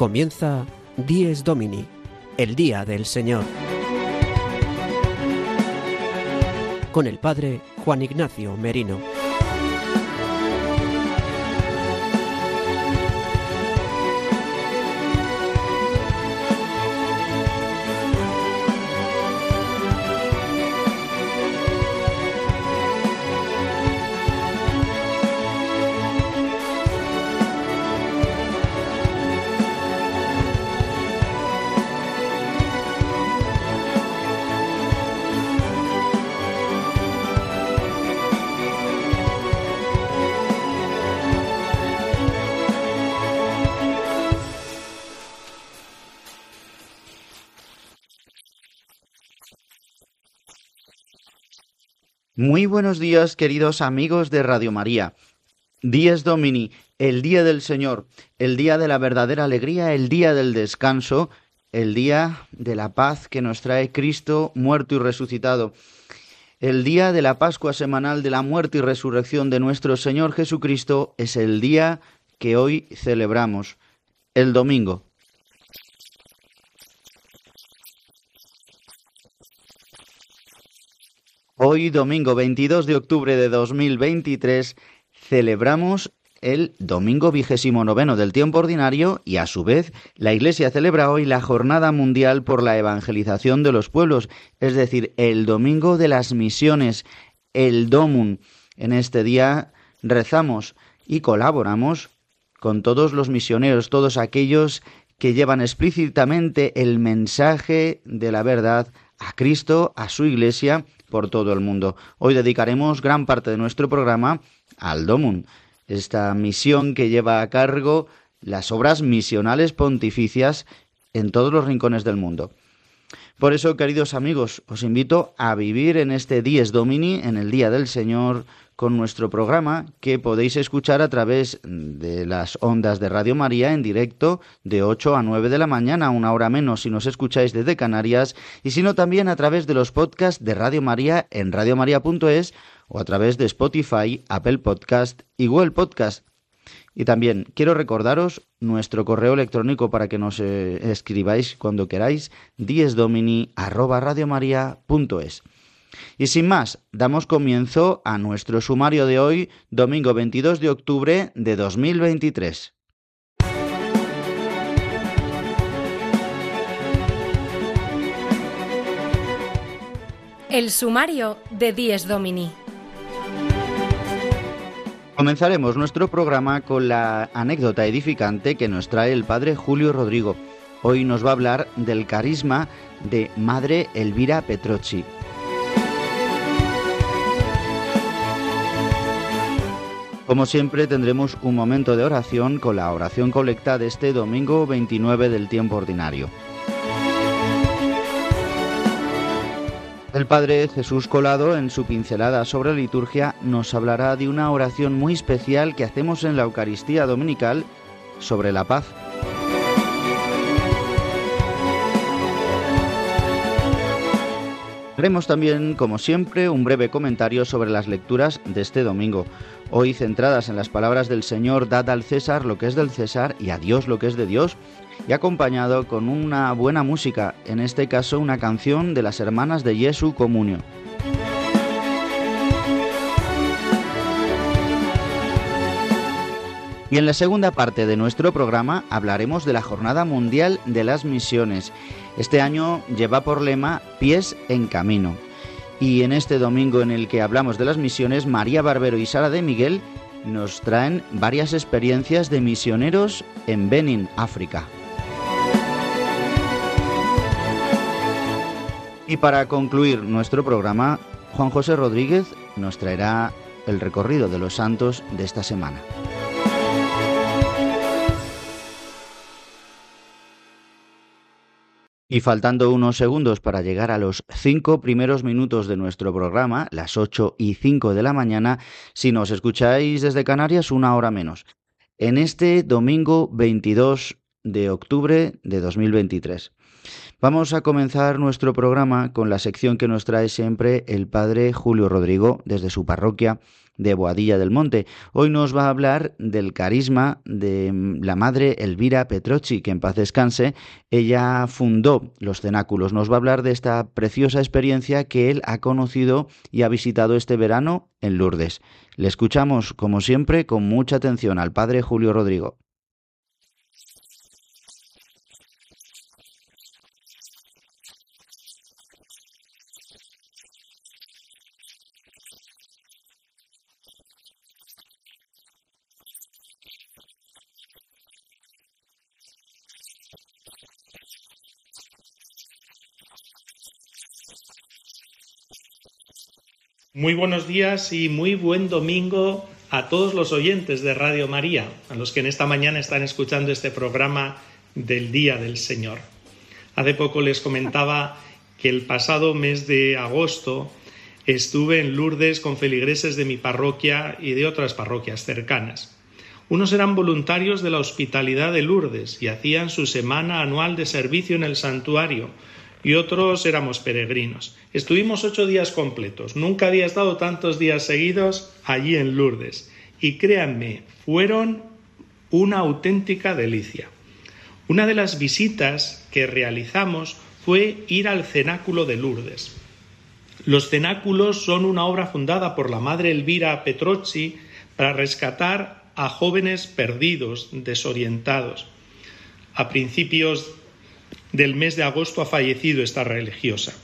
Comienza Dies Domini, el Día del Señor, con el Padre Juan Ignacio Merino. Muy buenos días, queridos amigos de Radio María. Dies Domini, el Día del Señor, el día de la verdadera alegría, el día del descanso, el día de la paz que nos trae Cristo muerto y resucitado, el día de la Pascua semanal de la muerte y resurrección de nuestro Señor Jesucristo es el día que hoy celebramos, el domingo. Hoy, domingo 22 de octubre de 2023, celebramos el domingo 29 del tiempo ordinario y, a su vez, la Iglesia celebra hoy la Jornada Mundial por la Evangelización de los Pueblos, es decir, el Domingo de las Misiones, el Domum. En este día rezamos y colaboramos con todos los misioneros, todos aquellos que llevan explícitamente el mensaje de la verdad a Cristo, a su Iglesia, por todo el mundo. Hoy dedicaremos gran parte de nuestro programa al Domum, esta misión que lleva a cargo las obras misionales pontificias en todos los rincones del mundo. Por eso, queridos amigos, os invito a vivir en este Dies Domini, en el Día del Señor, con nuestro programa que podéis escuchar a través de las ondas de Radio María en directo de 8 a 9 de la mañana, una hora menos si nos escucháis desde Canarias, y sino también a través de los podcasts de Radio María en radiomaria.es o a través de Spotify, Apple Podcast y Google Podcast. Y también quiero recordaros nuestro correo electrónico para que nos escribáis cuando queráis, diesdomini@radiomaria.es. Y sin más, damos comienzo a nuestro sumario de hoy, domingo 22 de octubre de 2023. El sumario de Dies Domini. Comenzaremos nuestro programa con la anécdota edificante que nos trae el padre Julio Rodrigo. Hoy nos va a hablar del carisma de Madre Elvira Petrocchi. Como siempre, tendremos un momento de oración con la oración colecta de este domingo 29 del tiempo ordinario. El Padre Jesús Colado, en su pincelada sobre liturgia, nos hablará de una oración muy especial que hacemos en la Eucaristía Dominical sobre la paz. Haremos también, como siempre, un breve comentario sobre las lecturas de este domingo, hoy centradas en las palabras del Señor: dad al César lo que es del César y a Dios lo que es de Dios, y acompañado con una buena música, en este caso una canción de las hermanas de Jesu Comunio. Y en la segunda parte de nuestro programa hablaremos de la Jornada Mundial de las Misiones. Este año lleva por lema Pies en Camino. Y en este domingo en el que hablamos de las misiones, María Barbero y Sara de Miguel nos traen varias experiencias de misioneros en Benín, África. Y para concluir nuestro programa, Juan José Rodríguez nos traerá el recorrido de los santos de esta semana. Y faltando unos segundos para llegar a los 5 primeros minutos de nuestro programa, las 8:05 de la mañana, si nos escucháis desde Canarias, una hora menos, en este domingo 22 de octubre de 2023. Vamos a comenzar nuestro programa con la sección que nos trae siempre el padre Julio Rodrigo desde su parroquia de Boadilla del Monte. Hoy nos va a hablar del carisma de la madre Elvira Petrocchi, que en paz descanse. Ella fundó los cenáculos. Nos va a hablar de esta preciosa experiencia que él ha conocido y ha visitado este verano en Lourdes. Le escuchamos, como siempre, con mucha atención al padre Julio Rodrigo. Muy buenos días y muy buen domingo a todos los oyentes de Radio María, a los que en esta mañana están escuchando este programa del Día del Señor. Hace poco les comentaba que el pasado mes de agosto estuve en Lourdes con feligreses de mi parroquia y de otras parroquias cercanas. Unos eran voluntarios de la Hospitalidad de Lourdes y hacían su semana anual de servicio en el santuario, y otros éramos peregrinos. Estuvimos 8 días completos. Nunca había estado tantos días seguidos allí en Lourdes. Y créanme, fueron una auténtica delicia. Una de las visitas que realizamos fue ir al cenáculo de Lourdes. Los cenáculos son una obra fundada por la madre Elvira Petrocchi para rescatar a jóvenes perdidos, desorientados. A principios del mes de agosto ha fallecido esta religiosa.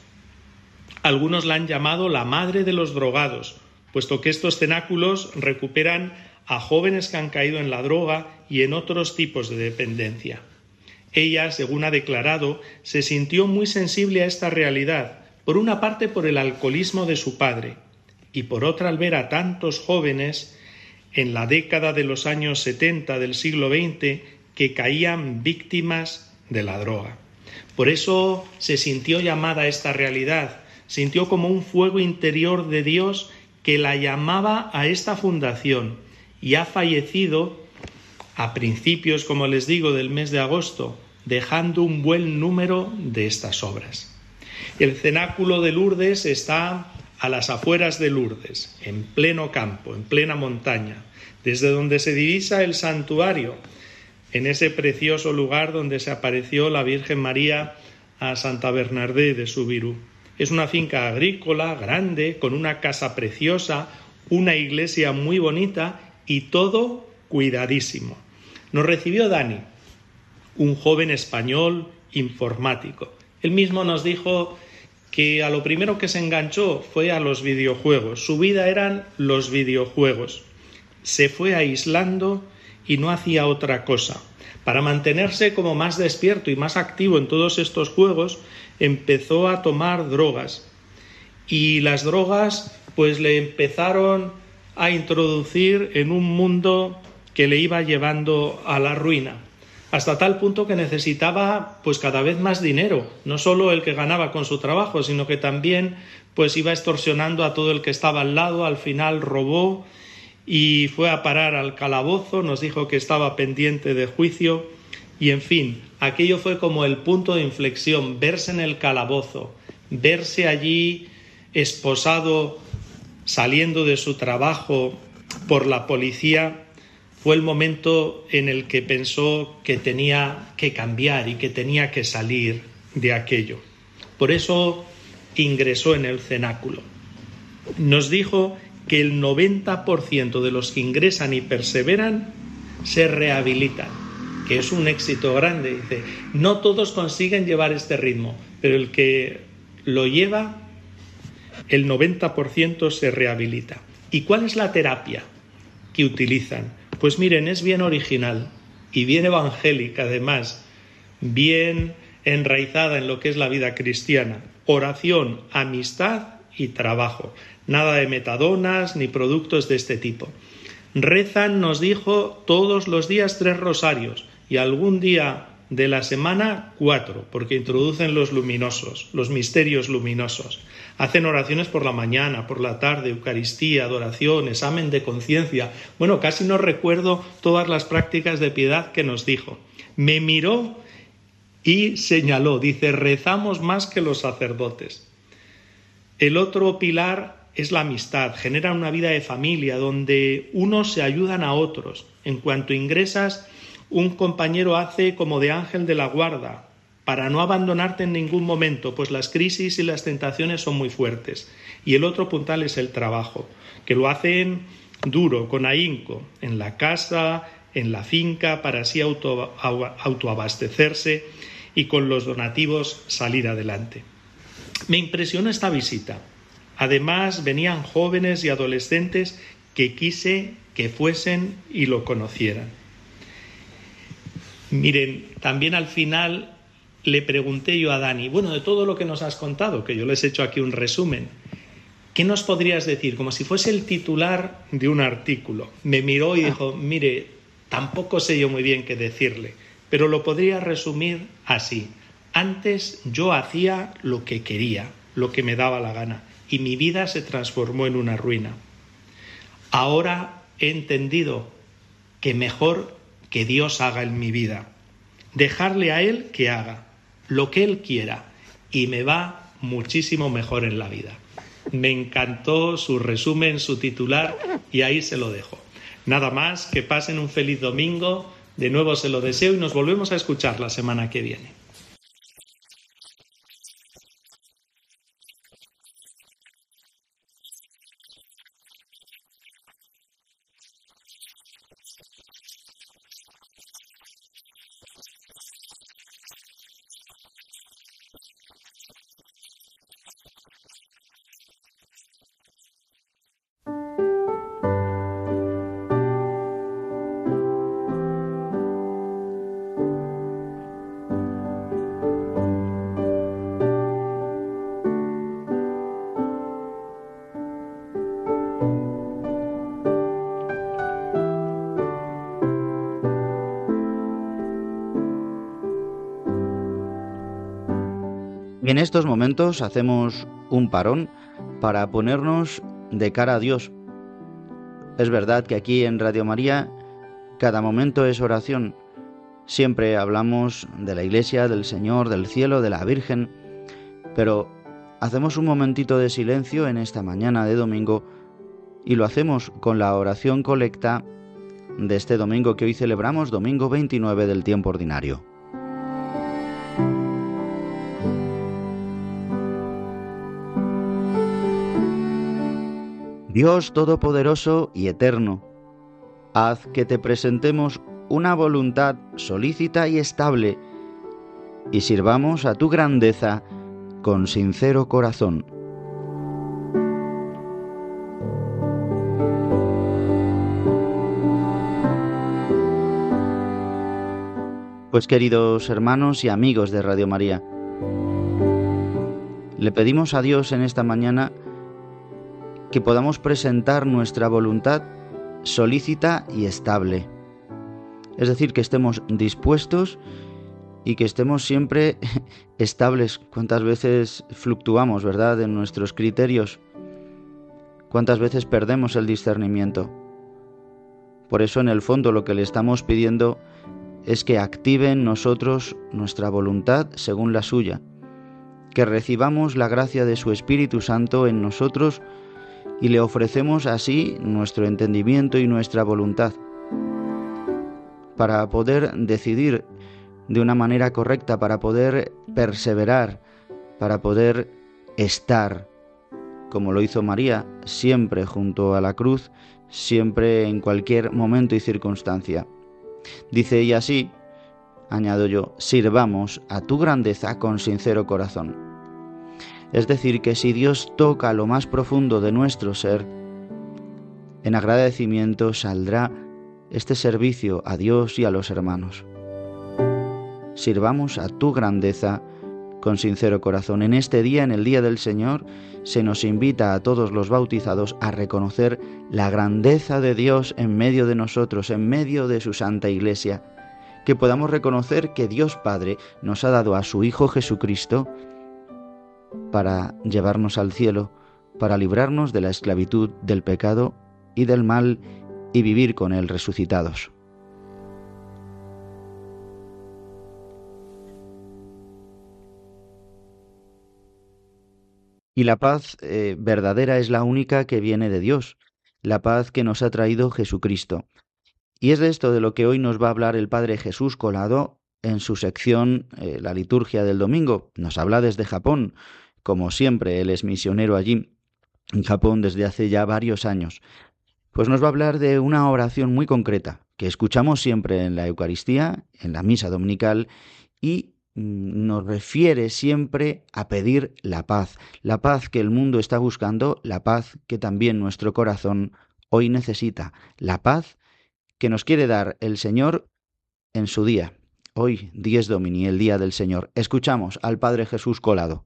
Algunos la han llamado la madre de los drogados, puesto que estos cenáculos recuperan a jóvenes que han caído en la droga y en otros tipos de dependencia. Ella, según ha declarado, se sintió muy sensible a esta realidad, por una parte por el alcoholismo de su padre, y por otra al ver a tantos jóvenes en la década de los años 70 del siglo XX que caían víctimas de la droga. Por eso se sintió llamada a esta realidad, sintió como un fuego interior de Dios que la llamaba a esta fundación, y ha fallecido a principios, como les digo, del mes de agosto, dejando un buen número de estas obras. El cenáculo de Lourdes está a las afueras de Lourdes, en pleno campo, en plena montaña, desde donde se divisa el santuario, en ese precioso lugar donde se apareció la Virgen María a Santa Bernardé de Subirú. Es una finca agrícola grande, con una casa preciosa, una iglesia muy bonita y todo cuidadísimo. Nos recibió Dani, un joven español informático. Él mismo nos dijo que a lo primero que se enganchó fue a los videojuegos. Su vida eran los videojuegos. Se fue aislando y no hacía otra cosa. Para mantenerse como más despierto y más activo en todos estos juegos, empezó a tomar drogas. Y las drogas pues le empezaron a introducir en un mundo que le iba llevando a la ruina, hasta tal punto que necesitaba pues cada vez más dinero, no solo el que ganaba con su trabajo, sino que también pues iba extorsionando a todo el que estaba al lado. Al final robó y fue a parar al calabozo, nos dijo que estaba pendiente de juicio y, en fin, aquello fue como el punto de inflexión, verse en el calabozo, verse allí esposado, saliendo de su trabajo por la policía. Fue el momento en el que pensó que tenía que cambiar y que tenía que salir de aquello. Por eso ingresó en el cenáculo. Nos dijo que el 90% de los que ingresan y perseveran se rehabilitan, que es un éxito grande. Dice, no todos consiguen llevar este ritmo, pero el que lo lleva, el 90% se rehabilita. ¿Y cuál es la terapia que utilizan? Pues miren, es bien original y bien evangélica además, bien enraizada en lo que es la vida cristiana. Oración, amistad y trabajo. Nada de metadonas ni productos de este tipo. Rezan, nos dijo, todos los días 3 rosarios y algún día de la semana 4, porque introducen los luminosos, los misterios luminosos. Hacen oraciones por la mañana, por la tarde, Eucaristía, adoración, examen de conciencia. Bueno, casi no recuerdo todas las prácticas de piedad que nos dijo. Me miró y señaló, dice, rezamos más que los sacerdotes. El otro pilar es la amistad, genera una vida de familia donde unos se ayudan a otros. En cuanto ingresas, un compañero hace como de ángel de la guarda para no abandonarte en ningún momento, pues las crisis y las tentaciones son muy fuertes. Y el otro puntal es el trabajo, que lo hacen duro, con ahínco, en la casa, en la finca, para así autoabastecerse y con los donativos salir adelante. Me impresionó esta visita. Además, venían jóvenes y adolescentes que quise que fuesen y lo conocieran. Miren, también al final le pregunté yo a Dani, bueno, de todo lo que nos has contado, que yo les he hecho aquí un resumen, ¿qué nos podrías decir? Como si fuese el titular de un artículo. Me miró y dijo, mire, tampoco sé yo muy bien qué decirle, pero lo podría resumir así. Antes yo hacía lo que quería, lo que me daba la gana, y mi vida se transformó en una ruina. Ahora he entendido que mejor que Dios haga en mi vida, dejarle a Él que haga lo que Él quiera, y me va muchísimo mejor en la vida. Me encantó su resumen, su titular, y ahí se lo dejo. Nada más, que pasen un feliz domingo, de nuevo se lo deseo y nos volvemos a escuchar la semana que viene. Y en estos momentos hacemos un parón para ponernos de cara a Dios. Es verdad que aquí en Radio María cada momento es oración. Siempre hablamos de la Iglesia, del Señor, del cielo, de la Virgen, pero hacemos un momentito de silencio en esta mañana de domingo y lo hacemos con la oración colecta de este domingo que hoy celebramos, domingo 29 del tiempo ordinario. Dios Todopoderoso y Eterno, haz que te presentemos una voluntad solícita y estable y sirvamos a tu grandeza con sincero corazón. Pues queridos hermanos y amigos de Radio María, le pedimos a Dios en esta mañana que podamos presentar nuestra voluntad solícita y estable. Es decir, que estemos dispuestos y que estemos siempre estables. ¿Cuántas veces fluctuamos, verdad, en nuestros criterios? ¿Cuántas veces perdemos el discernimiento? Por eso, en el fondo, lo que le estamos pidiendo es que active en nosotros nuestra voluntad según la suya, que recibamos la gracia de su Espíritu Santo en nosotros y le ofrecemos así nuestro entendimiento y nuestra voluntad para poder decidir de una manera correcta, para poder perseverar, para poder estar, como lo hizo María, siempre junto a la cruz, siempre en cualquier momento y circunstancia. Dice ella así, añado yo, sirvamos a tu grandeza con sincero corazón. Es decir, que si Dios toca lo más profundo de nuestro ser, en agradecimiento saldrá este servicio a Dios y a los hermanos. Sirvamos a tu grandeza con sincero corazón. En este día, en el Día del Señor, se nos invita a todos los bautizados a reconocer la grandeza de Dios en medio de nosotros, en medio de su Santa Iglesia, que podamos reconocer que Dios Padre nos ha dado a su Hijo Jesucristo para llevarnos al cielo, para librarnos de la esclavitud, del pecado y del mal y vivir con Él resucitados. Y la paz verdadera es la única que viene de Dios, la paz que nos ha traído Jesucristo. Y es de esto de lo que hoy nos va a hablar el Padre Jesús Colado en su sección La liturgia del domingo. Nos habla desde Japón, como siempre, él es misionero allí, en Japón, desde hace ya varios años. Pues nos va a hablar de una oración muy concreta, que escuchamos siempre en la Eucaristía, en la misa dominical, y nos refiere siempre a pedir la paz que el mundo está buscando, la paz que también nuestro corazón hoy necesita, la paz que nos quiere dar el Señor en su día. Hoy, Dies Domini, el día del Señor. Escuchamos al Padre Jesús Colado.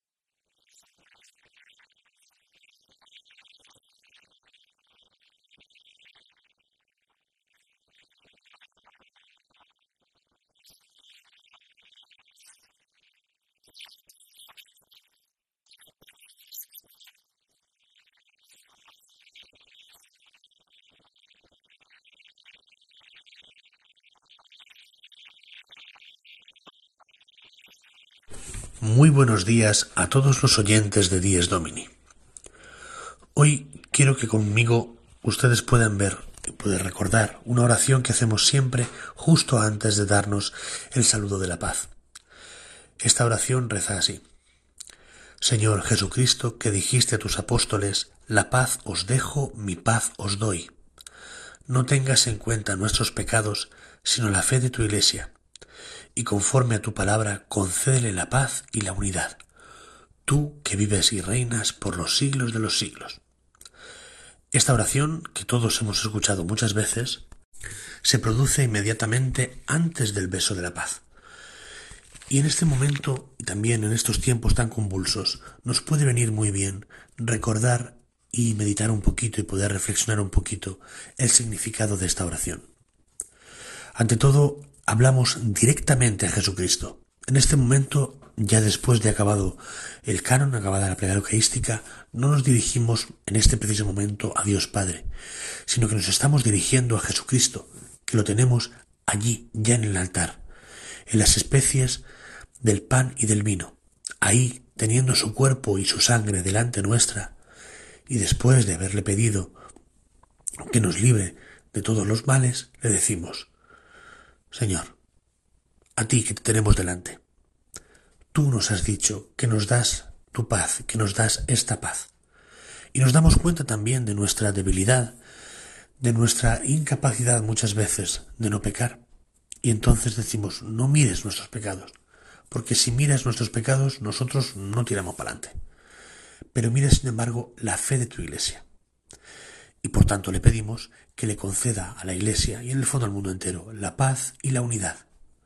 Muy buenos días a todos los oyentes de Dies Domini. Hoy quiero que conmigo ustedes puedan ver y puedan recordar una oración que hacemos siempre justo antes de darnos el saludo de la paz. Esta oración reza así: Señor Jesucristo, que dijiste a tus apóstoles, la paz os dejo, mi paz os doy. No tengas en cuenta nuestros pecados, sino la fe de tu Iglesia. Y conforme a tu palabra, concédele la paz y la unidad, tú que vives y reinas por los siglos de los siglos. Esta oración, que todos hemos escuchado muchas veces, se produce inmediatamente antes del beso de la paz. Y en este momento, y también en estos tiempos tan convulsos, nos puede venir muy bien recordar y meditar un poquito y poder reflexionar un poquito el significado de esta oración. Ante todo, hablamos directamente a Jesucristo. En este momento, ya después de acabado el canon, acabada la plegaria eucarística, no nos dirigimos en este preciso momento a Dios Padre, sino que nos estamos dirigiendo a Jesucristo, que lo tenemos allí, ya en el altar, en las especies del pan y del vino, ahí teniendo su cuerpo y su sangre delante nuestra, y después de haberle pedido que nos libre de todos los males, le decimos: Señor, a ti que te tenemos delante, tú nos has dicho que nos das tu paz, que nos das esta paz. Y nos damos cuenta también de nuestra debilidad, de nuestra incapacidad muchas veces de no pecar. Y entonces decimos: no mires nuestros pecados, porque si miras nuestros pecados nosotros no tiramos para adelante. Pero mira sin embargo la fe de tu Iglesia. Y por tanto le pedimos que le conceda a la Iglesia y en el fondo al mundo entero la paz y la unidad.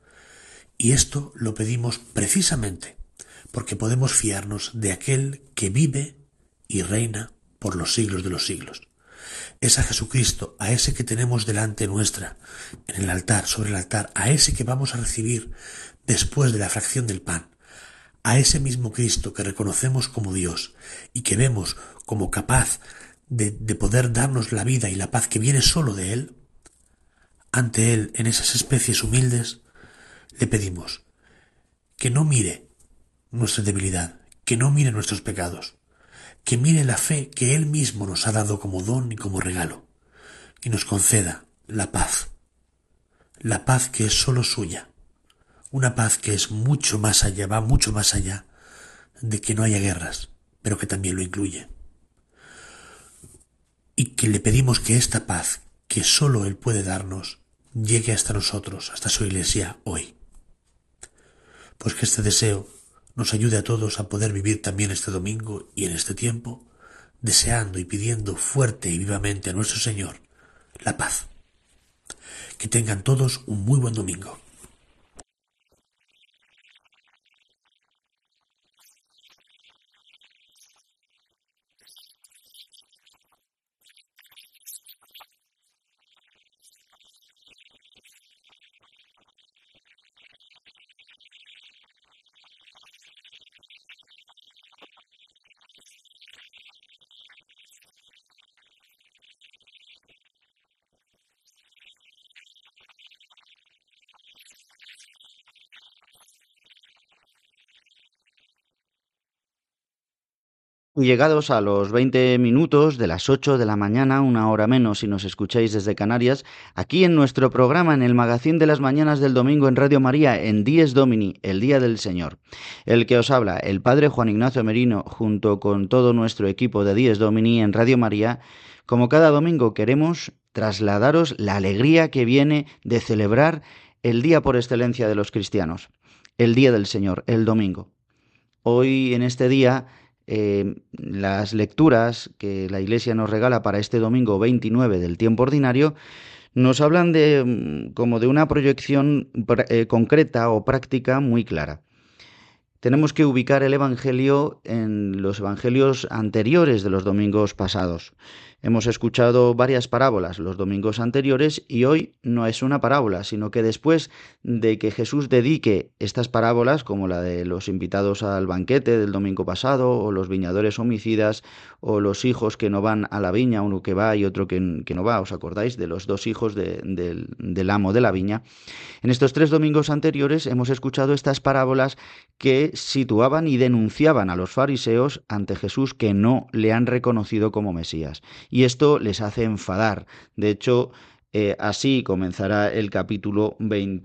Y esto lo pedimos precisamente porque podemos fiarnos de aquel que vive y reina por los siglos de los siglos. Es a Jesucristo, a ese que tenemos delante nuestra, en el altar, sobre el altar, a ese que vamos a recibir después de la fracción del pan, a ese mismo Cristo que reconocemos como Dios y que vemos como capaz de poder darnos la vida y la paz que viene solo de Él. Ante Él, en esas especies humildes, le pedimos que no mire nuestra debilidad, que no mire nuestros pecados, que mire la fe que Él mismo nos ha dado como don y como regalo, y nos conceda la paz que es solo suya, una paz que es mucho más allá, va mucho más allá de que no haya guerras, pero que también lo incluye. Y que le pedimos que esta paz, que solo Él puede darnos, llegue hasta nosotros, hasta su Iglesia hoy. Pues que este deseo nos ayude a todos a poder vivir también este domingo y en este tiempo, deseando y pidiendo fuerte y vivamente a nuestro Señor la paz. Que tengan todos un muy buen domingo. Y llegados a los 20 minutos de las 8 de la mañana, una hora menos si nos escucháis desde Canarias, aquí en nuestro programa, en el Magazín de las Mañanas del Domingo en Radio María, en Dies Domini, el Día del Señor. El que os habla, el Padre Juan Ignacio Merino, junto con todo nuestro equipo de Dies Domini en Radio María, como cada domingo queremos trasladaros la alegría que viene de celebrar el día por excelencia de los cristianos, el Día del Señor, el domingo. Hoy, en este día, las lecturas que la Iglesia nos regala para este domingo 29 del tiempo ordinario nos hablan como de una proyección concreta o práctica muy clara. Tenemos que ubicar el Evangelio en los Evangelios anteriores de los domingos pasados. Hemos escuchado varias parábolas los domingos anteriores y hoy no es una parábola, sino que después de que Jesús dedique estas parábolas, como la de los invitados al banquete del domingo pasado, o los viñadores homicidas, o los hijos que no van a la viña, uno que va y otro que no va, ¿os acordáis? De los dos hijos del amo de la viña. En estos 3 domingos anteriores hemos escuchado estas parábolas que situaban y denunciaban a los fariseos ante Jesús que no le han reconocido como Mesías. Y esto les hace enfadar. De hecho, así comenzará el capítulo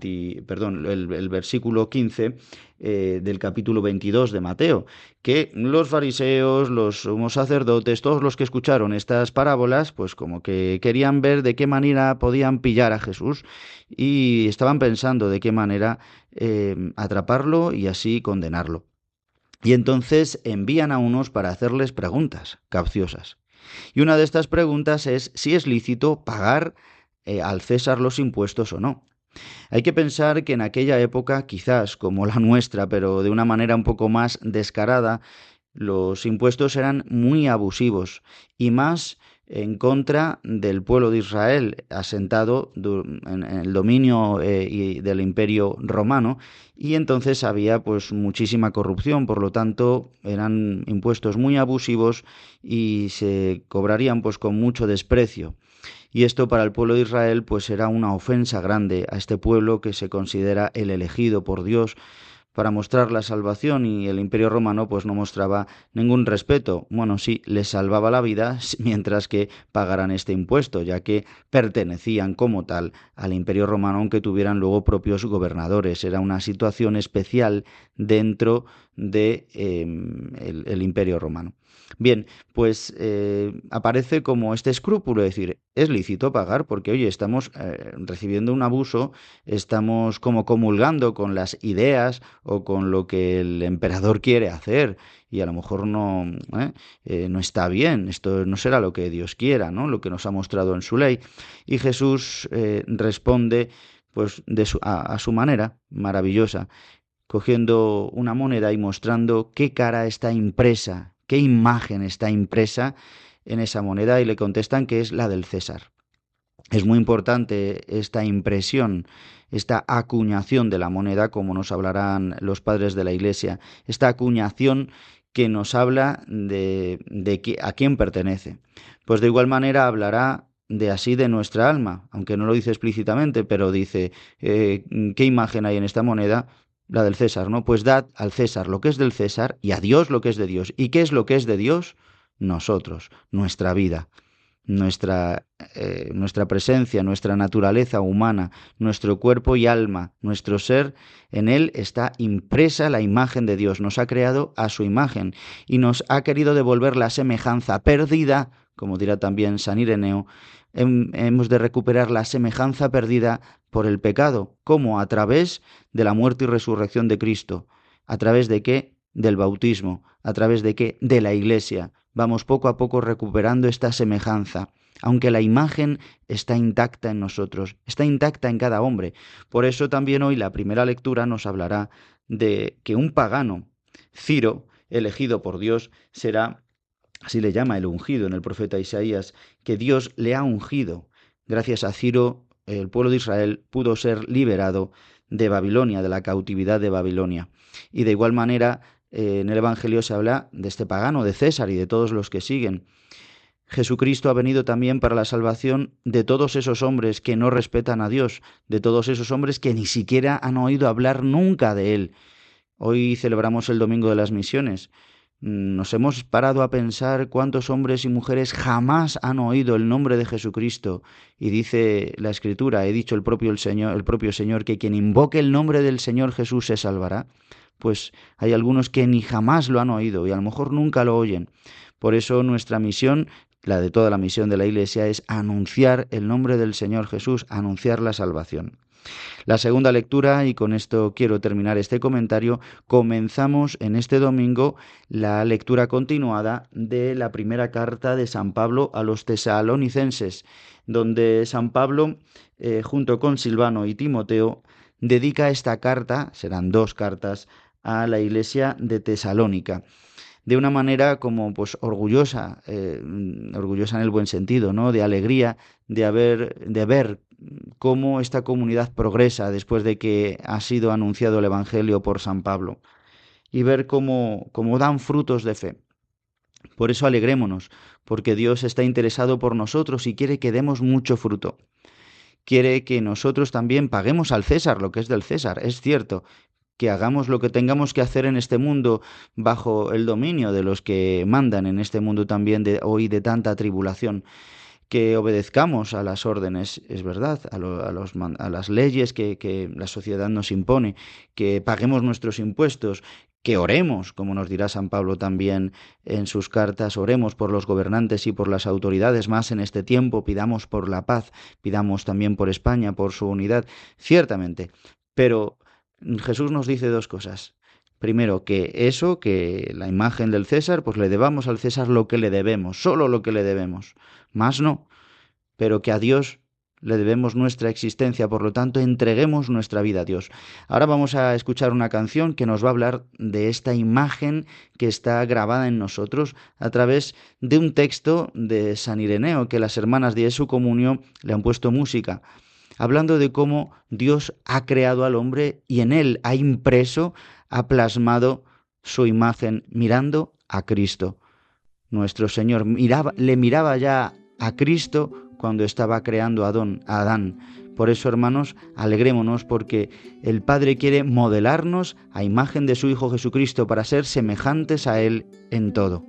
el versículo 15 del capítulo 22 de Mateo, que los fariseos, los sumos sacerdotes, todos los que escucharon estas parábolas, pues como que querían ver de qué manera podían pillar a Jesús y estaban pensando de qué manera atraparlo y así condenarlo. Y entonces envían a unos para hacerles preguntas capciosas. Y una de estas preguntas es si es lícito pagar al César los impuestos o no. Hay que pensar que en aquella época, quizás como la nuestra, pero de una manera un poco más descarada, los impuestos eran muy abusivos y más en contra del pueblo de Israel, asentado en el dominio del Imperio Romano, y entonces había pues muchísima corrupción, por lo tanto eran impuestos muy abusivos y se cobrarían pues con mucho desprecio. Y esto para el pueblo de Israel pues era una ofensa grande a este pueblo que se considera el elegido por Dios para mostrar la salvación, y el Imperio Romano pues no mostraba ningún respeto. Bueno, sí, les salvaba la vida mientras que pagaran este impuesto, ya que pertenecían como tal al Imperio Romano, aunque tuvieran luego propios gobernadores. Era una situación especial dentro de el Imperio Romano. Bien, pues aparece como este escrúpulo, es decir, es lícito pagar porque, oye, estamos recibiendo un abuso, estamos como comulgando con las ideas o con lo que el emperador quiere hacer y a lo mejor no está bien, esto no será lo que Dios quiera, ¿no? Lo que nos ha mostrado en su ley. Y Jesús responde pues a su manera maravillosa, cogiendo una moneda y mostrando qué cara está impresa, qué imagen está impresa en esa moneda, y le contestan que es la del César. Es muy importante esta impresión, esta acuñación de la moneda, como nos hablarán los padres de la Iglesia, esta acuñación que nos habla de a quién pertenece. Pues de igual manera hablará de nuestra alma, aunque no lo dice explícitamente, pero dice, ¿qué imagen hay en esta moneda? La del César, ¿no? Pues dad al César lo que es del César y a Dios lo que es de Dios. ¿Y qué es lo que es de Dios? Nosotros, nuestra vida, nuestra presencia, nuestra naturaleza humana, nuestro cuerpo y alma, nuestro ser, en él está impresa la imagen de Dios. Nos ha creado a su imagen y nos ha querido devolver la semejanza perdida, como dirá también San Ireneo. Hemos de recuperar la semejanza perdida por el pecado. ¿Cómo? A través de la muerte y resurrección de Cristo. ¿A través de qué? Del bautismo. ¿A través de qué? De la Iglesia. Vamos poco a poco recuperando esta semejanza, aunque la imagen está intacta en nosotros, está intacta en cada hombre. Por eso también hoy la primera lectura nos hablará de que un pagano, Ciro, elegido por Dios, será, así le llama el ungido en el profeta Isaías, que Dios le ha ungido. Gracias a Ciro, el pueblo de Israel pudo ser liberado de Babilonia, de la cautividad de Babilonia. Y de igual manera, en el Evangelio se habla de este pagano, de César y de todos los que siguen. Jesucristo ha venido también para la salvación de todos esos hombres que no respetan a Dios, de todos esos hombres que ni siquiera han oído hablar nunca de Él. Hoy celebramos el Domingo de las Misiones. Nos hemos parado a pensar cuántos hombres y mujeres jamás han oído el nombre de Jesucristo. Y dice la Escritura, he dicho el propio Señor, que quien invoque el nombre del Señor Jesús se salvará. Pues hay algunos que ni jamás lo han oído y a lo mejor nunca lo oyen. Por eso nuestra misión, la de toda la misión de la Iglesia, es anunciar el nombre del Señor Jesús, anunciar la salvación. La segunda lectura, y con esto quiero terminar este comentario, comenzamos en este domingo la lectura continuada de la primera carta de San Pablo a los tesalonicenses, donde San Pablo, junto con Silvano y Timoteo, dedica esta carta, serán 2 cartas, a la iglesia de Tesalónica, de una manera como pues orgullosa en el buen sentido, ¿no? De alegría de ver cómo esta comunidad progresa después de que ha sido anunciado el Evangelio por San Pablo, y ver cómo dan frutos de fe. Por eso alegrémonos, porque Dios está interesado por nosotros y quiere que demos mucho fruto. Quiere que nosotros también paguemos al César lo que es del César, es cierto, que hagamos lo que tengamos que hacer en este mundo bajo el dominio de los que mandan en este mundo también de hoy de tanta tribulación, que obedezcamos a las órdenes, es verdad, a las leyes que la sociedad nos impone, que paguemos nuestros impuestos, que oremos, como nos dirá San Pablo también en sus cartas, oremos por los gobernantes y por las autoridades más en este tiempo, pidamos por la paz, pidamos también por España, por su unidad, ciertamente, pero Jesús nos dice 2 cosas. Primero, que la imagen del César, pues le debamos al César lo que le debemos, solo lo que le debemos, más no, pero que a Dios le debemos nuestra existencia, por lo tanto entreguemos nuestra vida a Dios. Ahora vamos a escuchar una canción que nos va a hablar de esta imagen que está grabada en nosotros a través de un texto de San Ireneo que las hermanas de Jesu Comunio le han puesto música, hablando de cómo Dios ha creado al hombre y en él ha impreso, ha plasmado su imagen mirando a Cristo. Nuestro Señor le miraba ya a Cristo cuando estaba creando a Adán. Por eso, hermanos, alegrémonos porque el Padre quiere modelarnos a imagen de su Hijo Jesucristo para ser semejantes a Él en todo.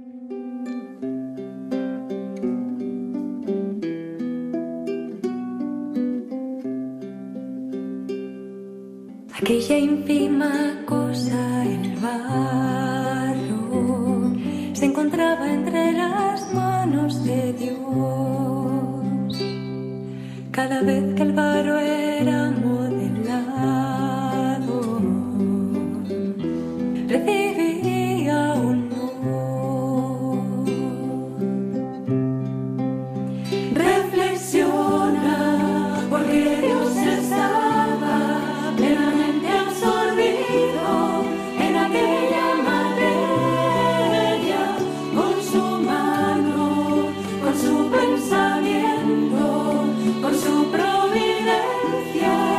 Aquella ínfima cosa, el barro, se encontraba entre las manos de Dios. Cada vez que el barro era modelado, recibía un no. Reflexiona, porque Dios estaba plenamente absorbido en aquella materia, con su mano, con su pensamiento, con su providencia.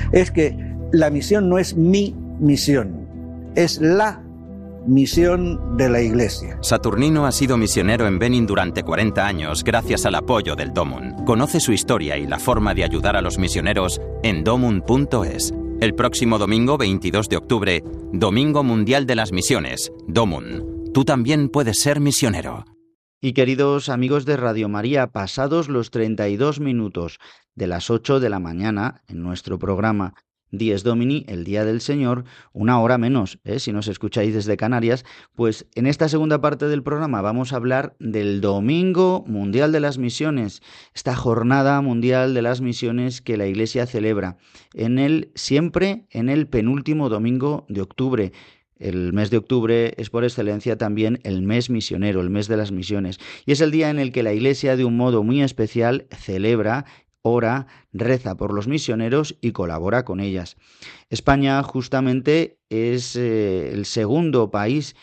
es que la misión no es mi misión, es la misión de la Iglesia. Saturnino ha sido misionero en Benín durante 40 años gracias al apoyo del Domun. Conoce su historia y la forma de ayudar a los misioneros en domun.es. El próximo domingo 22 de octubre, Domingo Mundial de las Misiones, Domun. Tú también puedes ser misionero. Y queridos amigos de Radio María, pasados los 32 minutos de las 8 de la mañana en nuestro programa Dies Domini, el Día del Señor, una hora menos, si nos escucháis desde Canarias, pues en esta segunda parte del programa vamos a hablar del Domingo Mundial de las Misiones, esta Jornada Mundial de las Misiones que la Iglesia celebra siempre en el penúltimo domingo de octubre. El mes de octubre es por excelencia también el mes misionero, el mes de las misiones, y es el día en el que la Iglesia de un modo muy especial celebra, ora, reza por los misioneros y colabora con ellas. España justamente es el segundo país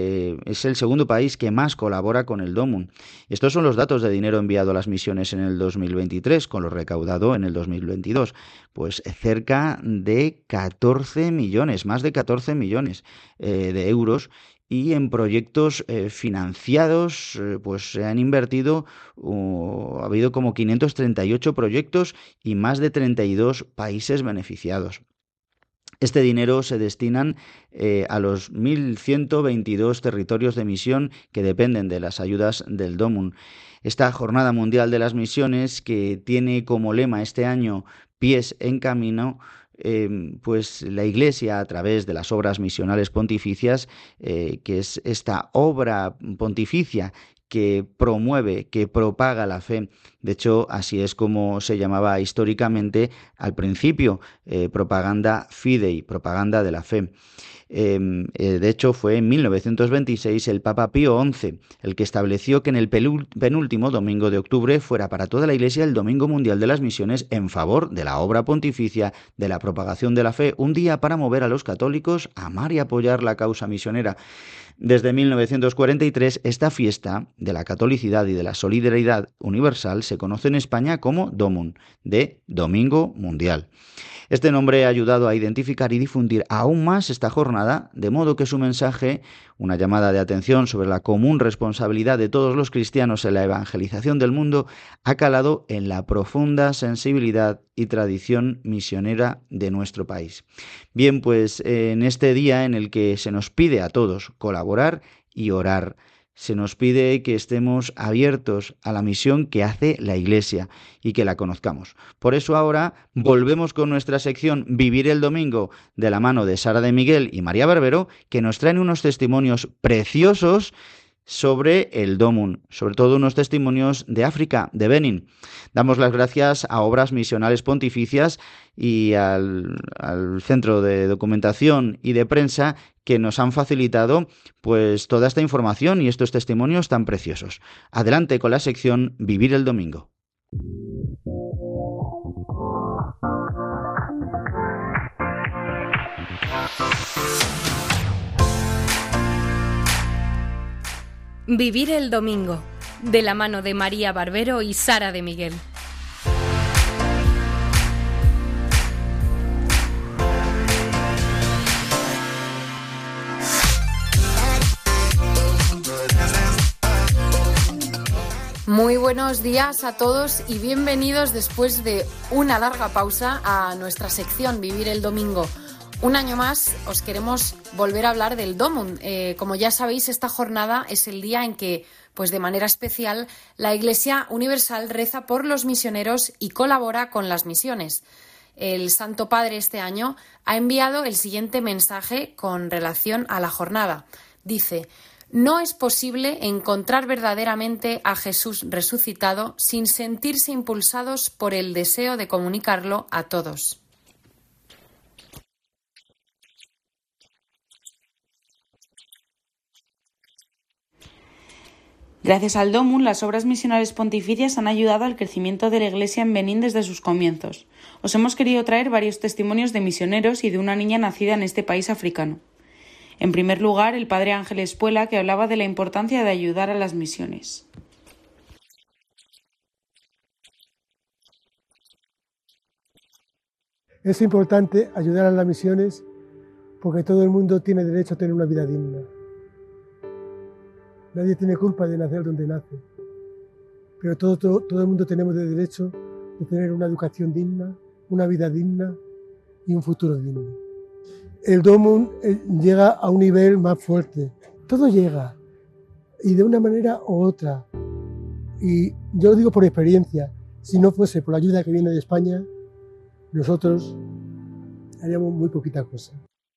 que más colabora con el Domun. Estos son los datos de dinero enviado a las misiones en el 2023, con lo recaudado en el 2022. Pues cerca de 14 millones, más de 14 millones de euros. Y en proyectos financiados, pues se han invertido, ha habido como 538 proyectos y más de 32 países beneficiados. Este dinero se destinan a los 1.122 territorios de misión que dependen de las ayudas del Domun. Esta Jornada Mundial de las Misiones, que tiene como lema este año Pies en Camino, pues la Iglesia, a través de las obras misionales pontificias, que es esta obra pontificia que promueve, que propaga la fe. De hecho, así es como se llamaba históricamente al principio, propaganda fidei, propaganda de la fe. De hecho, fue en 1926 el Papa Pío XI el que estableció que en el penúltimo domingo de octubre fuera para toda la Iglesia el Domingo Mundial de las Misiones en favor de la obra pontificia, de la propagación de la fe, un día para mover a los católicos a amar y apoyar la causa misionera. Desde 1943, esta fiesta de la catolicidad y de la solidaridad universal se conoce en España como Domun, de Domingo Mundial. Este nombre ha ayudado a identificar y difundir aún más esta jornada, de modo que su mensaje, una llamada de atención sobre la común responsabilidad de todos los cristianos en la evangelización del mundo, ha calado en la profunda sensibilidad y tradición misionera de nuestro país. Bien, pues en este día en el que se nos pide a todos colaborar y orar, se nos pide que estemos abiertos a la misión que hace la Iglesia y que la conozcamos. Por eso ahora volvemos con nuestra sección Vivir el Domingo, de la mano de Sara de Miguel y María Barbero, que nos traen unos testimonios preciosos sobre el Domun, sobre todo unos testimonios de África, de Benín. Damos las gracias a Obras Misionales Pontificias y al Centro de Documentación y de Prensa que nos han facilitado pues toda esta información y estos testimonios tan preciosos. Adelante con la sección Vivir el Domingo. Vivir el Domingo, de la mano de María Barbero y Sara de Miguel. Muy buenos días a todos y bienvenidos después de una larga pausa a nuestra sección Vivir el Domingo. Un año más os queremos volver a hablar del Domun. Como ya sabéis, esta jornada es el día en que, pues de manera especial, la Iglesia Universal reza por los misioneros y colabora con las misiones. El Santo Padre este año ha enviado el siguiente mensaje con relación a la jornada. Dice: no es posible encontrar verdaderamente a Jesús resucitado sin sentirse impulsados por el deseo de comunicarlo a todos. Gracias al Domun, las obras misionales pontificias han ayudado al crecimiento de la Iglesia en Benín desde sus comienzos. Os hemos querido traer varios testimonios de misioneros y de una niña nacida en este país africano. En primer lugar, el padre Ángel Espuela, que hablaba de la importancia de ayudar a las misiones. Es importante ayudar a las misiones porque todo el mundo tiene derecho a tener una vida digna. Nadie tiene culpa de nacer donde nace, pero todo el mundo tenemos el derecho de tener una educación digna, una vida digna y un futuro digno. El Domun llega a un nivel más fuerte. Todo llega, y de una manera u otra. Y yo lo digo por experiencia, si no fuese por la ayuda que viene de España, nosotros haríamos muy poquita cosa.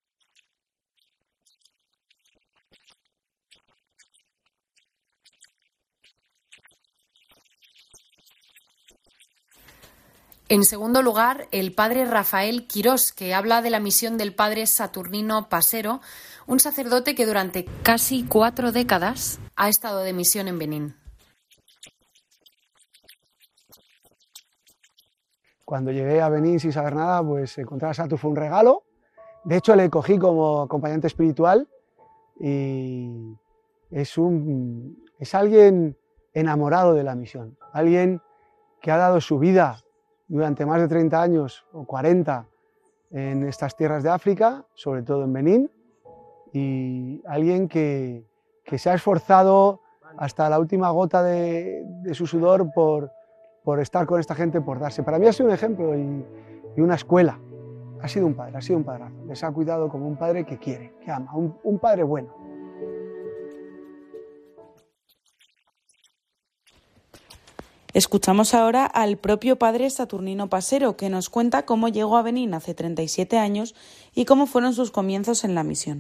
En segundo lugar, el padre Rafael Quirós, que habla de la misión del padre Saturnino Pasero, un sacerdote que durante casi 4 décadas ha estado de misión en Benín. Cuando llegué a Benín sin saber nada, pues encontrar a Satu fue un regalo. De hecho, le cogí como acompañante espiritual y es alguien enamorado de la misión, alguien que ha dado su vida durante más de 30 años o 40 en estas tierras de África, sobre todo en Benín, y alguien que se ha esforzado hasta la última gota de su sudor por estar con esta gente, por darse. Para mí ha sido un ejemplo y una escuela. Ha sido un padrazo. Les ha cuidado como un padre que quiere, que ama, un padre bueno. Escuchamos ahora al propio padre Saturnino Pasero, que nos cuenta cómo llegó a Benín hace 37 años y cómo fueron sus comienzos en la misión.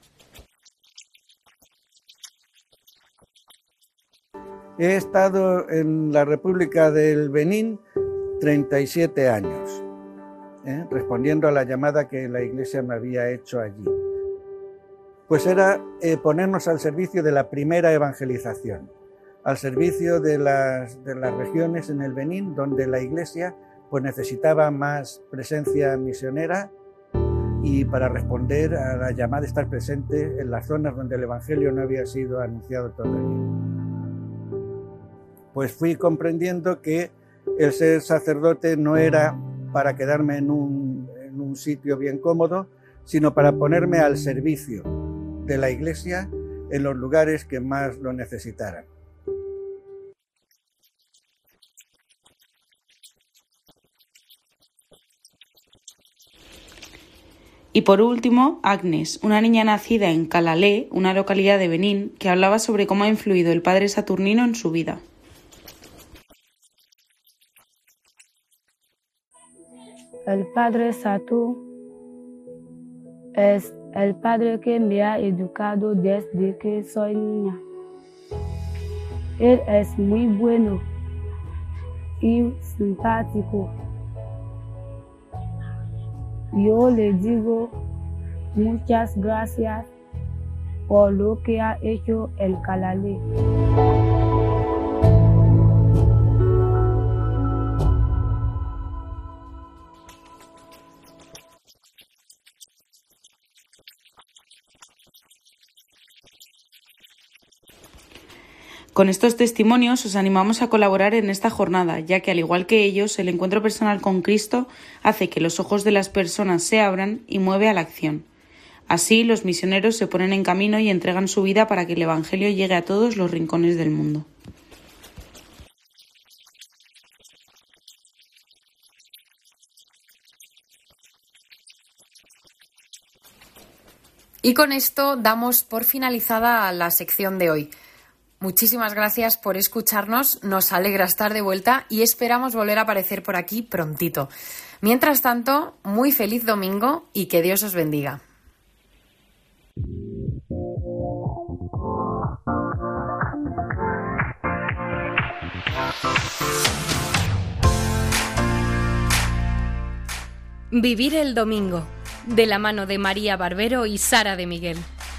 He estado en la República del Benín 37 años, respondiendo a la llamada que la Iglesia me había hecho allí. Pues era ponernos al servicio de la primera evangelización, al servicio de las regiones en el Benín donde la Iglesia pues necesitaba más presencia misionera y para responder a la llamada de estar presente en las zonas donde el Evangelio no había sido anunciado todavía. Pues fui comprendiendo que el ser sacerdote no era para quedarme en un sitio bien cómodo, sino para ponerme al servicio de la Iglesia en los lugares que más lo necesitaran. Y por último, Agnes, una niña nacida en Calalé, una localidad de Benín, que hablaba sobre cómo ha influido el padre Saturnino en su vida. El padre Satu es el padre que me ha educado desde que soy niña. Él es muy bueno y simpático. Yo le digo muchas gracias por lo que ha hecho el Calalé. Con estos testimonios os animamos a colaborar en esta jornada, ya que al igual que ellos, el encuentro personal con Cristo hace que los ojos de las personas se abran y mueve a la acción. Así, los misioneros se ponen en camino y entregan su vida para que el Evangelio llegue a todos los rincones del mundo. Y con esto damos por finalizada la sección de hoy. Muchísimas gracias por escucharnos, nos alegra estar de vuelta y esperamos volver a aparecer por aquí prontito. Mientras tanto, muy feliz domingo y que Dios os bendiga. Vivir el domingo, de la mano de María Barbero y Sara de Miguel.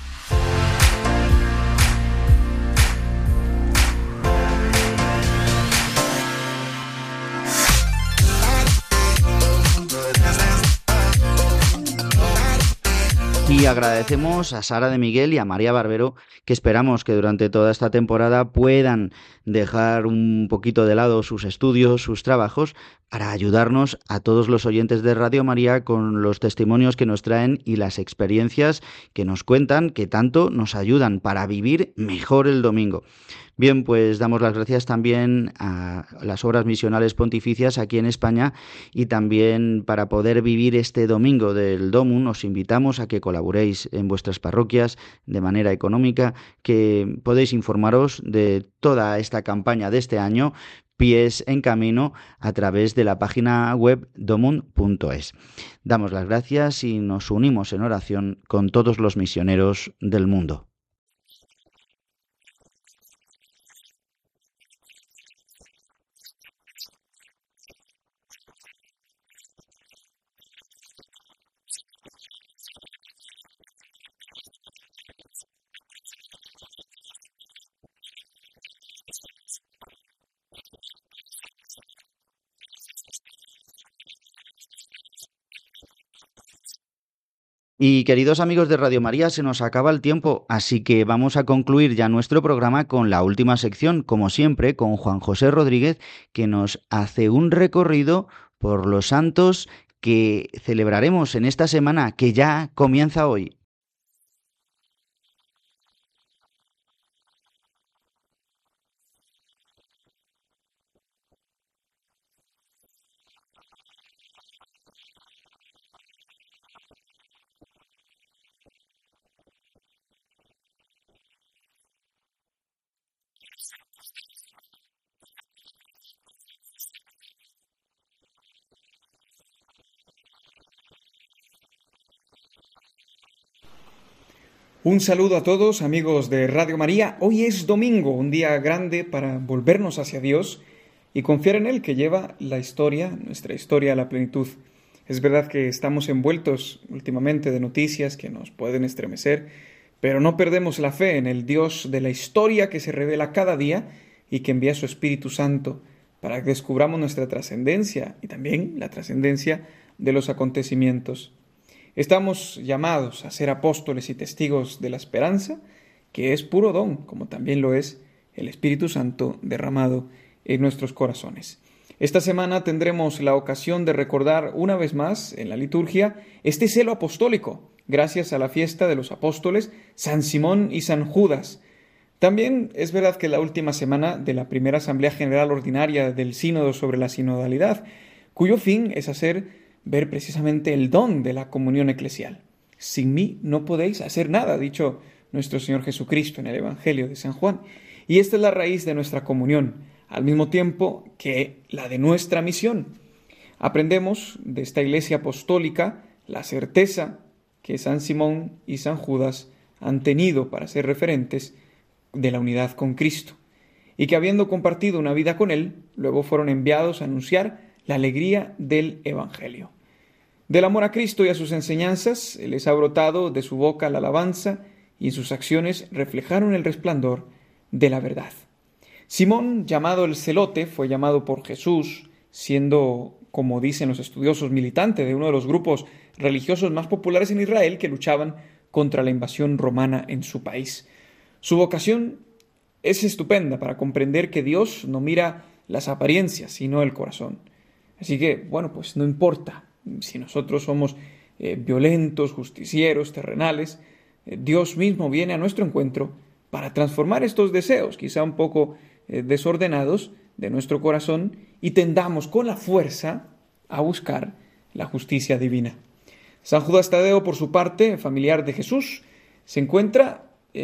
Y agradecemos a Sara de Miguel y a María Barbero, que esperamos que durante toda esta temporada puedan dejar un poquito de lado sus estudios, sus trabajos, para ayudarnos a todos los oyentes de Radio María con los testimonios que nos traen y las experiencias que nos cuentan, que tanto nos ayudan para vivir mejor el domingo. Bien, pues damos las gracias también a las obras misionales pontificias aquí en España, y también para poder vivir este domingo del Domum os invitamos a que colaboréis en vuestras parroquias de manera económica, que podéis informaros de toda esta campaña de este año, Pies en Camino, a través de la página web domum.es. Damos las gracias y nos unimos en oración con todos los misioneros del mundo. Y queridos amigos de Radio María, se nos acaba el tiempo, así que vamos a concluir ya nuestro programa con la última sección, como siempre, con Juan José Rodríguez, que nos hace un recorrido por los santos que celebraremos en esta semana que ya comienza hoy. Un saludo a todos, amigos de Radio María. Hoy es domingo, un día grande para volvernos hacia Dios y confiar en Él, que lleva nuestra historia a la plenitud. Es verdad que estamos envueltos últimamente de noticias que nos pueden estremecer, pero no perdemos la fe en el Dios de la historia, que se revela cada día y que envía su Espíritu Santo para que descubramos nuestra trascendencia y también la trascendencia de los acontecimientos. Estamos llamados a ser apóstoles y testigos de la esperanza, que es puro don, como también lo es el Espíritu Santo derramado en nuestros corazones. Esta semana tendremos la ocasión de recordar una vez más en la liturgia este celo apostólico, gracias a la fiesta de los apóstoles San Simón y San Judas. También es verdad que la última semana de la primera Asamblea General Ordinaria del Sínodo sobre la Sinodalidad, cuyo fin es ver precisamente el don de la comunión eclesial. Sin mí no podéis hacer nada, ha dicho nuestro Señor Jesucristo en el Evangelio de San Juan. Y esta es la raíz de nuestra comunión, al mismo tiempo que la de nuestra misión. Aprendemos de esta Iglesia apostólica la certeza que San Simón y San Judas han tenido para ser referentes de la unidad con Cristo, y que habiendo compartido una vida con Él, luego fueron enviados a anunciar la alegría del Evangelio. Del amor a Cristo y a sus enseñanzas les ha brotado de su boca la alabanza, y en sus acciones reflejaron el resplandor de la verdad. Simón, llamado el Celote, fue llamado por Jesús, siendo, como dicen los estudiosos, militante de uno de los grupos religiosos más populares en Israel que luchaban contra la invasión romana en su país. Su vocación es estupenda para comprender que Dios no mira las apariencias, sino el corazón. Así que, pues no importa si nosotros somos violentos, justicieros, terrenales, Dios mismo viene a nuestro encuentro para transformar estos deseos, quizá un poco desordenados, de nuestro corazón, y tendamos con la fuerza a buscar la justicia divina. San Judas Tadeo, por su parte, familiar de Jesús, se encuentra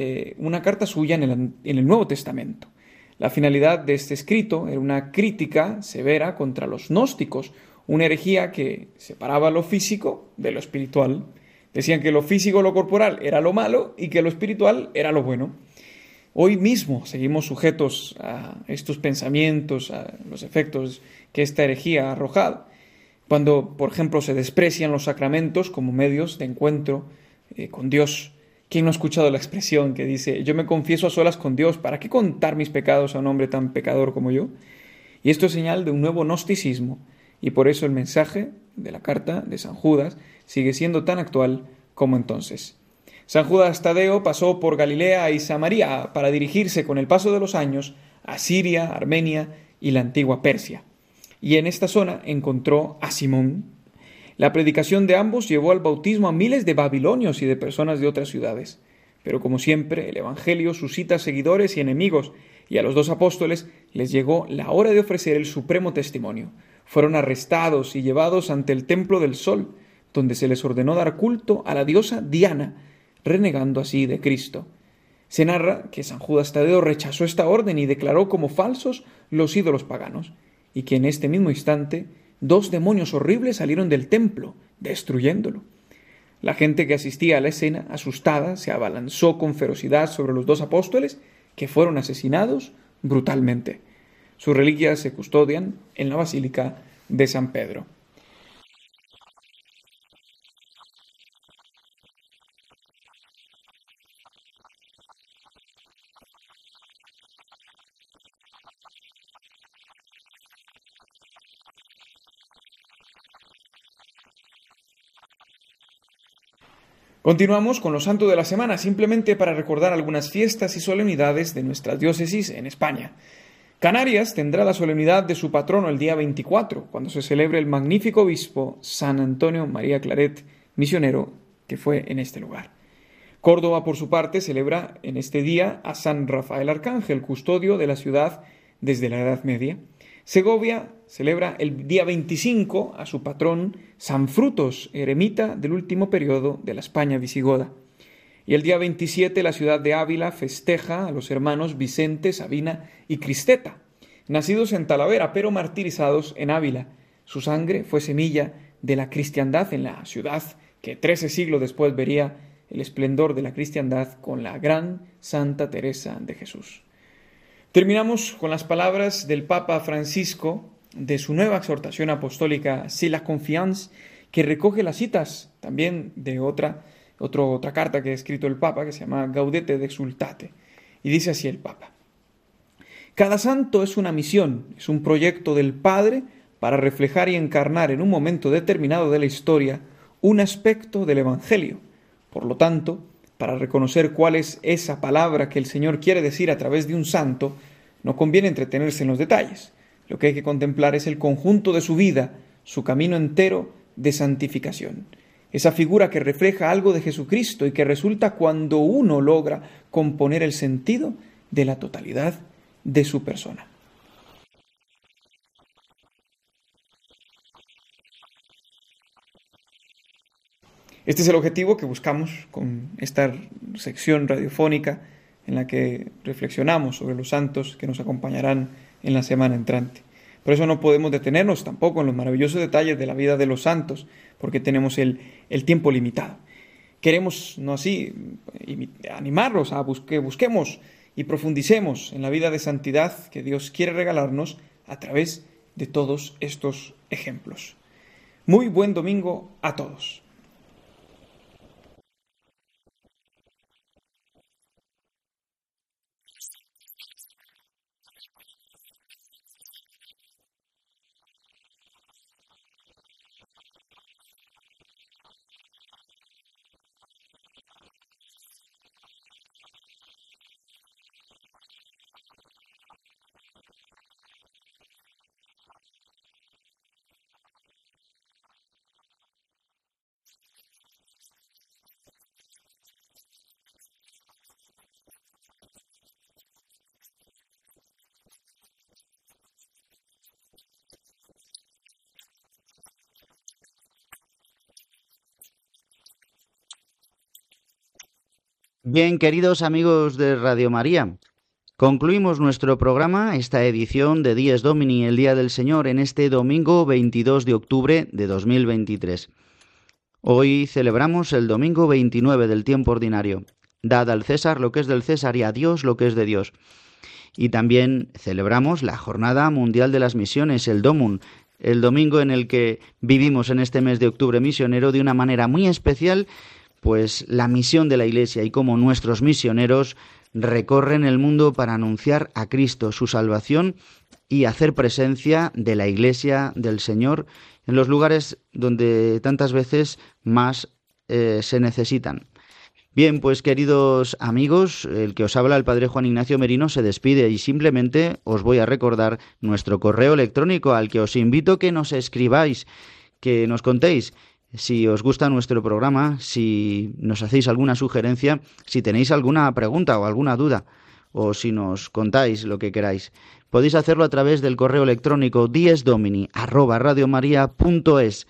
una carta suya en el Nuevo Testamento. La finalidad de este escrito era una crítica severa contra los gnósticos, una herejía que separaba lo físico de lo espiritual. Decían que lo físico, lo corporal, era lo malo y que lo espiritual era lo bueno. Hoy mismo seguimos sujetos a estos pensamientos, a los efectos que esta herejía ha arrojado. Cuando, por ejemplo, se desprecian los sacramentos como medios de encuentro con Dios. ¿Quién no ha escuchado la expresión que dice: yo me confieso a solas con Dios, ¿para qué contar mis pecados a un hombre tan pecador como yo? Y esto es señal de un nuevo gnosticismo, y por eso el mensaje de la carta de San Judas sigue siendo tan actual como entonces. San Judas Tadeo pasó por Galilea y Samaria para dirigirse con el paso de los años a Siria, Armenia y la antigua Persia. Y en esta zona encontró a Simón. La predicación de ambos llevó al bautismo a miles de babilonios y de personas de otras ciudades. Pero como siempre, el Evangelio suscita seguidores y enemigos, y a los dos apóstoles les llegó la hora de ofrecer el supremo testimonio. Fueron arrestados y llevados ante el templo del sol, donde se les ordenó dar culto a la diosa Diana, renegando así de Cristo. Se narra que San Judas Tadeo rechazó esta orden y declaró como falsos los ídolos paganos, y que en este mismo instante 2 demonios horribles salieron del templo, destruyéndolo. La gente que asistía a la escena, asustada, se abalanzó con ferocidad sobre los 2 apóstoles, que fueron asesinados brutalmente. Sus reliquias se custodian en la Basílica de San Pedro. Continuamos con los santos de la semana, simplemente para recordar algunas fiestas y solemnidades de nuestra diócesis en España. Canarias tendrá la solemnidad de su patrono el día 24, cuando se celebre el magnífico obispo San Antonio María Claret, misionero, que fue en este lugar. Córdoba, por su parte, celebra en este día a San Rafael Arcángel, custodio de la ciudad desde la Edad Media. Segovia celebra el día 25 a su patrón San Frutos, eremita del último periodo de la España visigoda. Y el día 27 la ciudad de Ávila festeja a los hermanos Vicente, Sabina y Cristeta, nacidos en Talavera pero martirizados en Ávila. Su sangre fue semilla de la cristiandad en la ciudad, que 13 siglos después vería el esplendor de la cristiandad con la gran Santa Teresa de Jesús. Terminamos con las palabras del Papa Francisco de su nueva exhortación apostólica C'est la confiance, que recoge las citas también de otra carta que ha escrito el Papa, que se llama Gaudete et Exsultate. Y dice así el Papa: cada santo es una misión, es un proyecto del Padre para reflejar y encarnar en un momento determinado de la historia un aspecto del Evangelio. Por lo tanto, para reconocer cuál es esa palabra que el Señor quiere decir a través de un santo, no conviene entretenerse en los detalles. Lo que hay que contemplar es el conjunto de su vida, su camino entero de santificación. Esa figura que refleja algo de Jesucristo y que resulta cuando uno logra componer el sentido de la totalidad de su persona. Este es el objetivo que buscamos con esta sección radiofónica en la que reflexionamos sobre los santos que nos acompañarán en la semana entrante. Por eso no podemos detenernos tampoco en los maravillosos detalles de la vida de los santos, porque tenemos el tiempo limitado. Queremos, no así, animarlos a que busquemos y profundicemos en la vida de santidad que Dios quiere regalarnos a través de todos estos ejemplos. Muy buen domingo a todos. Bien, queridos amigos de Radio María, concluimos nuestro programa, esta edición de Dies Domini, el Día del Señor, en este domingo 22 de octubre de 2023. Hoy celebramos el domingo 29 del tiempo ordinario. Dad al César lo que es del César y a Dios lo que es de Dios. Y también celebramos la Jornada Mundial de las Misiones, el DOMUN, el domingo en el que vivimos en este mes de octubre misionero de una manera muy especial, pues la misión de la Iglesia y cómo nuestros misioneros recorren el mundo para anunciar a Cristo, su salvación, y hacer presencia de la Iglesia del Señor en los lugares donde tantas veces más se necesitan. Bien, pues queridos amigos, el que os habla, el Padre Juan Ignacio Merino, se despide y simplemente os voy a recordar nuestro correo electrónico al que os invito que nos escribáis, que nos contéis si os gusta nuestro programa, si nos hacéis alguna sugerencia, si tenéis alguna pregunta o alguna duda, o si nos contáis lo que queráis. Podéis hacerlo a través del correo electrónico diesdomini@radiomaria.es,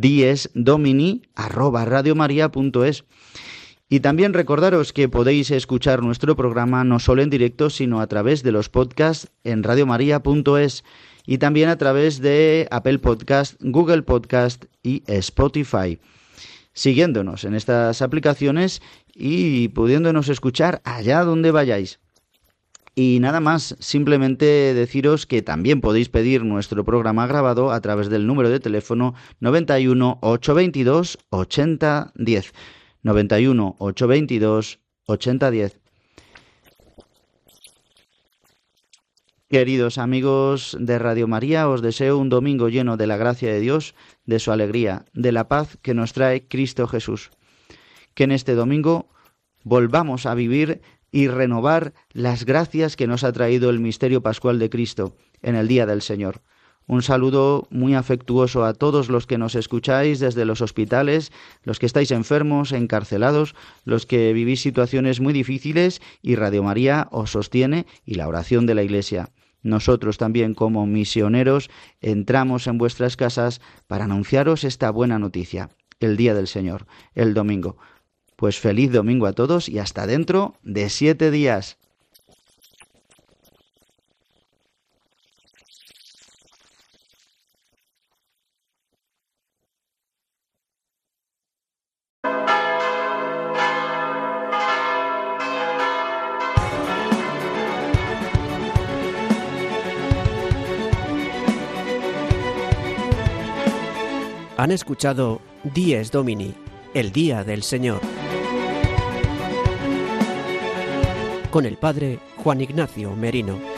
diesdomini@radiomaria.es. Y también recordaros que podéis escuchar nuestro programa no solo en directo, sino a través de los podcasts en radiomaria.es y también a través de Apple Podcast, Google Podcast y Spotify. Siguiéndonos en estas aplicaciones y pudiéndonos escuchar allá donde vayáis. Y nada más, simplemente deciros que también podéis pedir nuestro programa grabado a través del número de teléfono 91 822 8010. 91 822 8010. Queridos amigos de Radio María, os deseo un domingo lleno de la gracia de Dios, de su alegría, de la paz que nos trae Cristo Jesús. Que en este domingo volvamos a vivir y renovar las gracias que nos ha traído el misterio pascual de Cristo en el Día del Señor. Un saludo muy afectuoso a todos los que nos escucháis desde los hospitales, los que estáis enfermos, encarcelados, los que vivís situaciones muy difíciles y Radio María os sostiene y la oración de la Iglesia. Nosotros también como misioneros entramos en vuestras casas para anunciaros esta buena noticia, el Día del Señor, el domingo. Pues feliz domingo a todos y hasta dentro de 7 días. Han escuchado Dies Domini, el Día del Señor, con el Padre Juan Ignacio Merino.